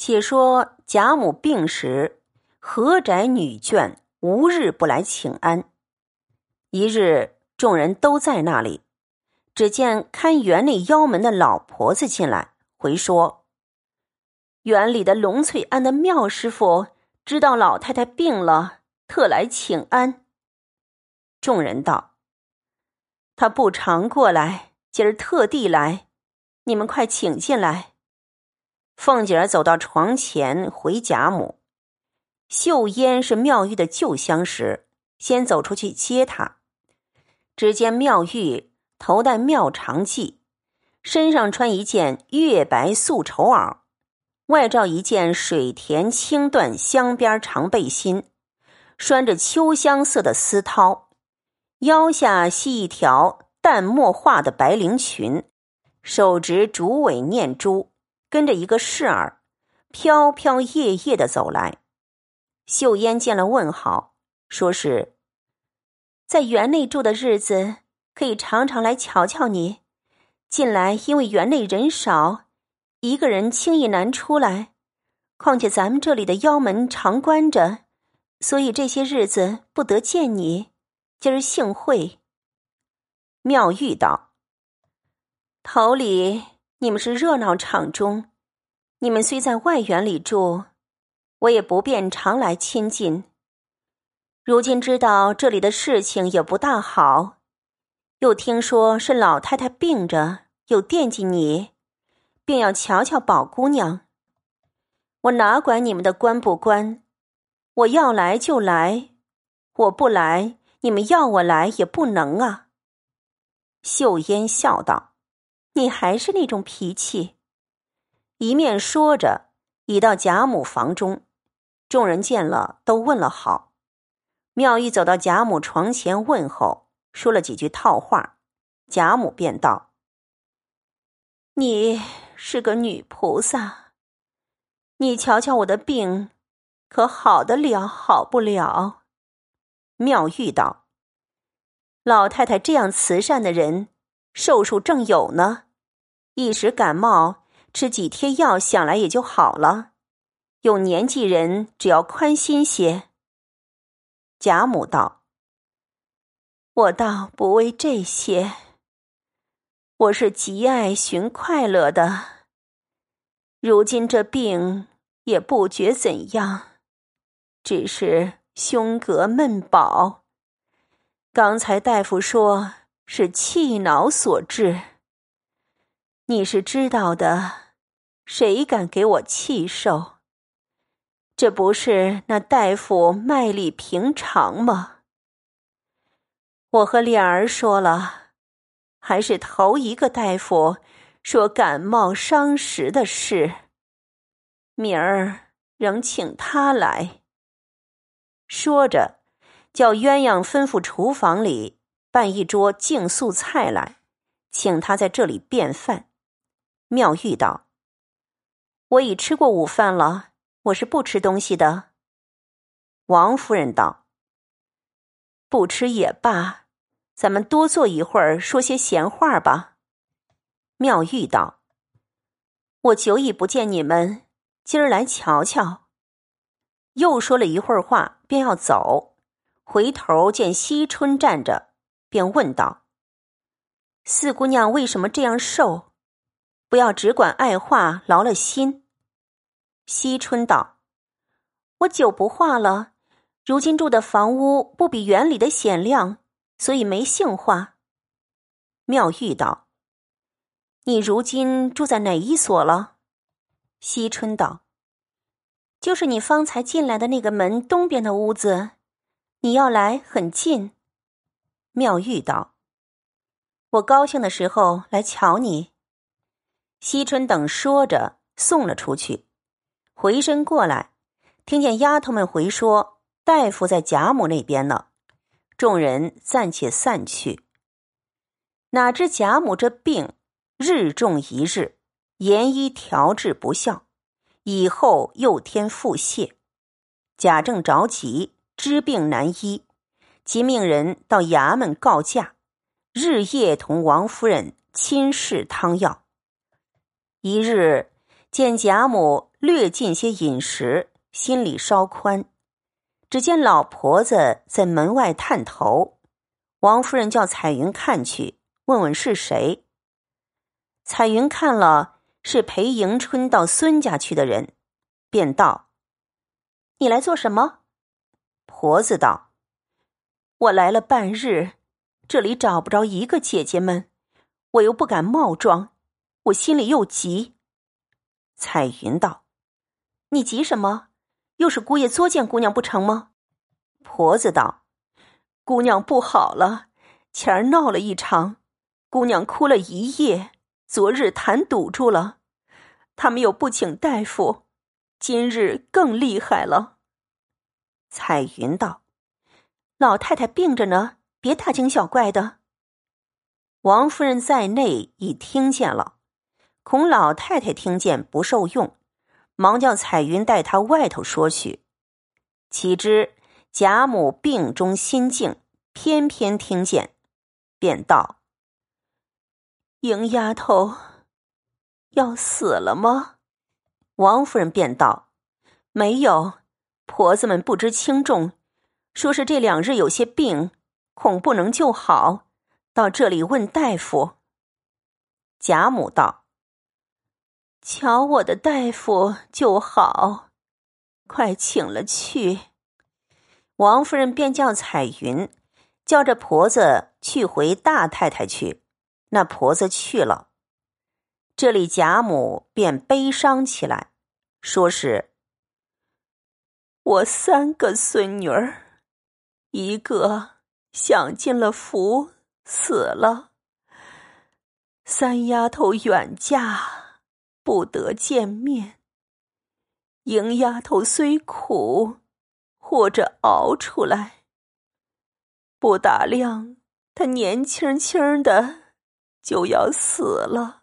且说贾母病时，何宅女眷无日不来请安。一日，众人都在那里，只见看园内腰门的老婆子进来，回说：园里的龙翠庵的妙师傅知道老太太病了，特来请安。众人道：他不常过来，今儿特地来，你们快请进来。凤姐儿走到床前回贾母，秀烟是妙玉的旧相识，先走出去接她。只见妙玉头戴妙长髻，身上穿一件月白素绸袄，外罩一件水田青缎镶边长背心，拴着秋香色的丝绦，腰下系一条淡墨画的白绫裙，手执竹尾念珠，跟着一个侍儿，飘飘曳曳地走来。秀烟见了问好，说是在园内住的日子，可以常常来瞧瞧你。近来因为园内人少，一个人轻易难出来，况且咱们这里的腰门常关着，所以这些日子不得见你，今儿幸会。妙玉道：头里你们是热闹场中，你们虽在外园里住，我也不便常来亲近。如今知道这里的事情也不大好，又听说是老太太病着，又惦记你，便要瞧瞧宝姑娘。我哪管你们的关不关，我要来就来，我不来，你们要我来也不能啊。秀烟笑道：你还是那种脾气。一面说着，已到贾母房中，众人见了都问了好。妙玉走到贾母床前问候，说了几句套话，贾母便道：你是个女菩萨，你瞧瞧我的病，可好得了好不了？妙玉道：老太太这样慈善的人，寿数正有呢，一时感冒，吃几贴药想来也就好了，有年纪人只要宽心些。贾母道：我倒不为这些，我是极爱寻快乐的，如今这病也不觉怎样，只是胸膈闷饱，刚才大夫说是气恼所致。你是知道的，谁敢给我气受？这不是那大夫脉力平常吗？我和莲儿说了，还是头一个大夫说感冒伤食的事，明儿仍请他来。说着，叫鸳鸯吩咐厨房里办一桌净素菜来，请他在这里便饭。妙玉道：我已吃过午饭了，我是不吃东西的。王夫人道：不吃也罢，咱们多坐一会儿，说些闲话吧。妙玉道：我久已不见你们，今儿来瞧瞧。又说了一会儿话，便要走，回头见惜春站着，便问道：四姑娘为什么这样瘦？不要只管爱话，劳了心。惜春道：我久不化了，如今住的房屋不比园里的显亮，所以没兴化。妙玉道：你如今住在哪一所了？惜春道：就是你方才进来的那个门东边的屋子，你要来很近。妙玉道：我高兴的时候来瞧你。惜春等说着送了出去，回身过来，听见丫头们回说大夫在贾母那边呢，众人暂且散去。哪知贾母这病日重一日，研医调治不效，以后又添腹泻。贾政着急，知病难医，即命人到衙门告假，日夜同王夫人亲试汤药。一日， 见贾母略进些饮食，心里稍宽。只见老婆子在门外探头，王夫人叫彩云看去，问问是谁。彩云看了，是陪迎春到孙家去的人，便道：你来做什么？婆子道：我来了半日，这里找不着一个姐姐们，我又不敢冒撞，我心里又急。彩云道：你急什么？又是姑爷作践姑娘不成吗？婆子道：姑娘不好了，前儿闹了一场，姑娘哭了一夜，昨日痰堵住了，他们又不请大夫，今日更厉害了。彩云道：老太太病着呢，别大惊小怪的。王夫人在内已听见了，恐老太太听见不受用，忙叫彩云带她外头说去。岂知贾母病中心静，偏偏听见，便道：迎丫头要死了吗？王夫人便道：没有，婆子们不知轻重，说是这2日有些病，恐不能救好，到这里问大夫。贾母道：瞧我的大夫就好，快请了去。王夫人便叫彩云叫着婆子去回大太太去，那婆子去了。这里贾母便悲伤起来，说是我3个孙女儿，一个享尽了福死了，3丫头远嫁不得见面，迎丫头虽苦，或者熬出来，不打量她年轻轻的就要死了，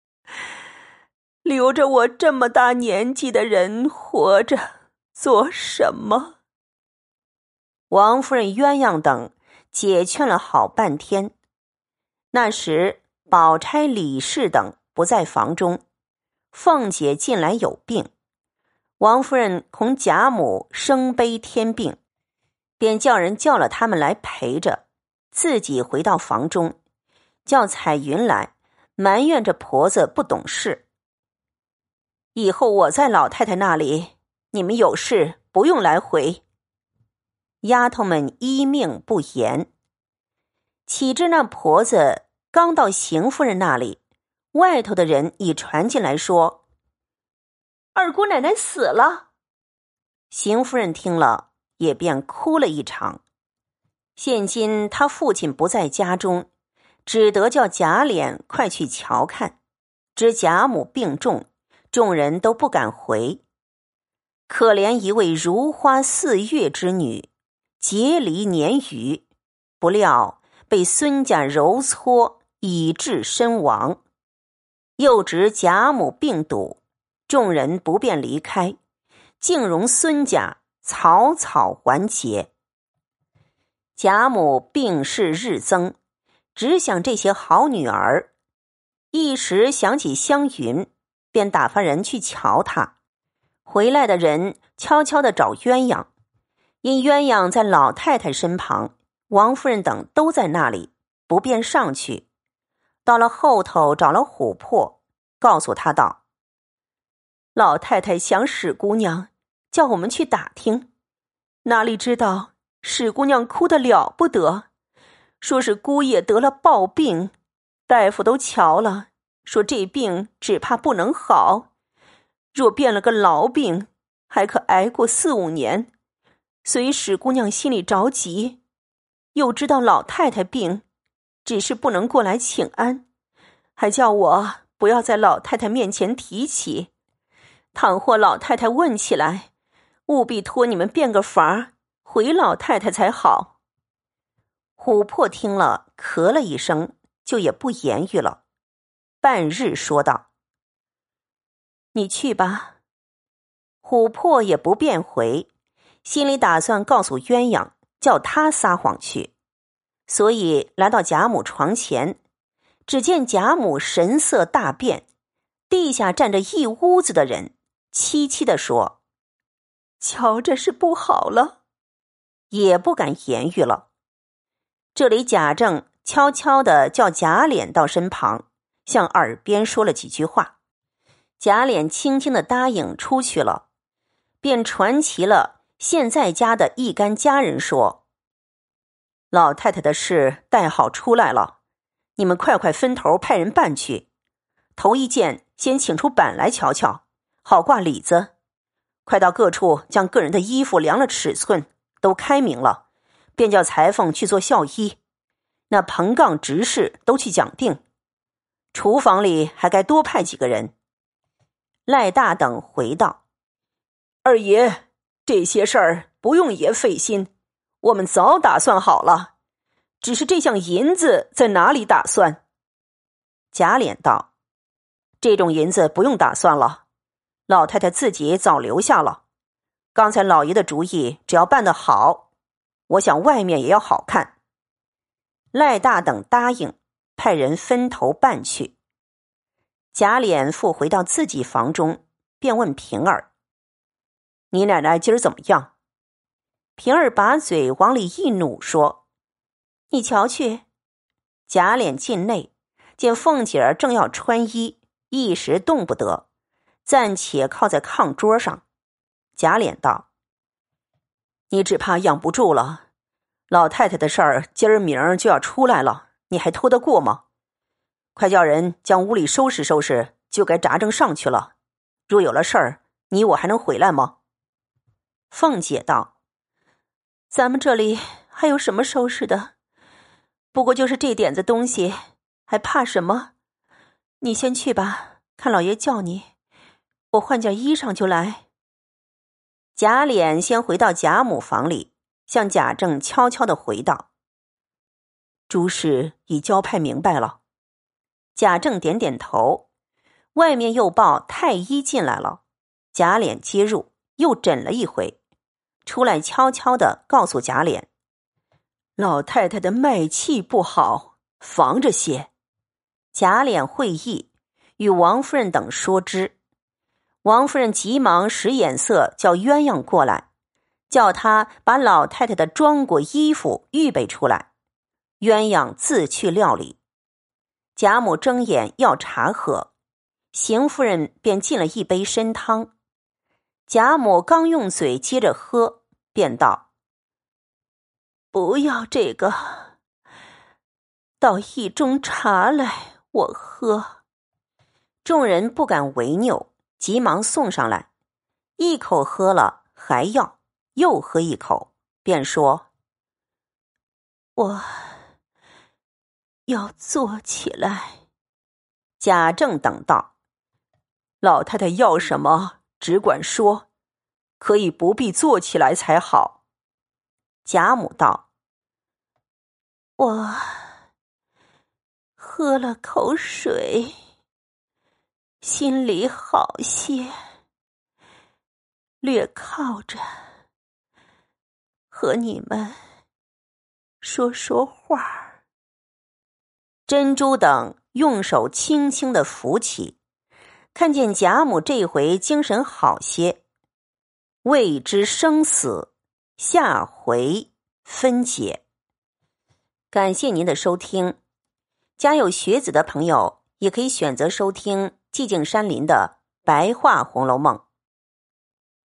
留着我这么大年纪的人活着做什么？王夫人、鸳鸯等解劝了好半天。那时宝钗、李氏等不在房中，凤姐近来有病，王夫人恐贾母生悲添病，便叫人叫了他们来陪着，自己回到房中，叫彩云来埋怨着婆子不懂事。以后我在老太太那里，你们有事不用来回。丫头们依命不言。岂知那婆子刚到邢夫人那里，外头的人已传进来说：二姑奶奶死了。邢夫人听了，也便哭了一场。现今她父亲不在家中，只得叫贾琏快去瞧看。知贾母病重，众人都不敢回。可怜一位如花似月之女，结离年余，不料被孙家揉搓，以致身亡。又值贾母病笃，众人不便离开，竟容孙家草草还节。贾母病势日增，只想这些好女儿，一时想起湘云，便打发人去瞧她。回来的人悄悄地找鸳鸯，因鸳鸯在老太太身旁，王夫人等都在那里，不便上去。到了后头找了琥珀，告诉他道：老太太想史姑娘，叫我们去打听，哪里知道史姑娘哭得了不得，说是姑爷得了暴病，大夫都瞧了，说这病只怕不能好，若变了个痨病，还可挨过4、5年。所以史姑娘心里着急，又知道老太太病，只是不能过来请安，还叫我不要在老太太面前提起，倘或老太太问起来，务必托你们变个法回老太太才好。琥珀听了，咳了一声，就也不言语了。半日说道：你去吧。琥珀也不便回，心里打算告诉鸳鸯，叫他撒谎去，所以来到贾母床前，只见贾母神色大变， 地下站着一屋子的人，凄凄地说：瞧着是不好了，也不敢言语了。这里贾政悄悄地叫贾琏到身旁，向耳边说了几句话。贾琏轻轻地答应出去了，便传齐了现在家的一干家人说：老太太的事带好出来了，你们快分头派人办去。头一件先请出板来瞧瞧，好挂里子。快到各处将个人的衣服量了尺寸，都开明了，便叫裁缝去做校衣。那棚杠执事都去讲定。厨房里还该多派几个人。赖大等回道：二爷，这些事儿不用爷费心，我们早打算好了，只是这项银子在哪里打算？贾琏道：这种银子不用打算了，老太太自己早留下了。刚才老爷的主意只要办得好，我想外面也要好看。赖大等答应，派人分头办去。贾琏复回到自己房中，便问平儿：你奶奶今儿怎么样？平儿把嘴往里一努说：你瞧去。贾琏进内，见凤姐儿正要穿衣，一时动不得，暂且靠在炕桌上。贾琏道：你只怕养不住了，老太太的事儿今儿明儿就要出来了，你还拖得过吗？快叫人将屋里收拾收拾，就该扎正上去了。若有了事儿，你我还能回来吗？凤姐道：咱们这里还有什么收拾的？不过就是这点子东西，还怕什么？你先去吧，看老爷叫你，我换件衣裳就来。贾琏先回到贾母房里，向贾政悄悄地回道：诸事已交派明白了。贾政点点头，外面又报太医进来了，贾琏接入，又诊了一回，出来悄悄地告诉贾琏：老太太的脉气不好，防着些。贾琏会意，与王夫人等说之。王夫人急忙使眼色叫鸳鸯过来，叫他把老太太的装裹衣服预备出来，鸳鸯自去料理。贾母睁眼要茶喝，邢夫人便进了一杯参汤。贾母刚用嘴接着喝，便道：不要这个，倒一盅茶来，我喝。众人不敢违拗，急忙送上来，一口喝了还要，又喝一口，便说：我要坐起来。贾政等道：老太太要什么只管说，可以不必坐起来才好。贾母道：我喝了口水，心里好些，略靠着和你们说说话。珍珠等用手轻轻地扶起，看见贾母这回精神好些，未知生死，下回分解。感谢您的收听，家有学子的朋友也可以选择收听寂静山林的白话红楼梦。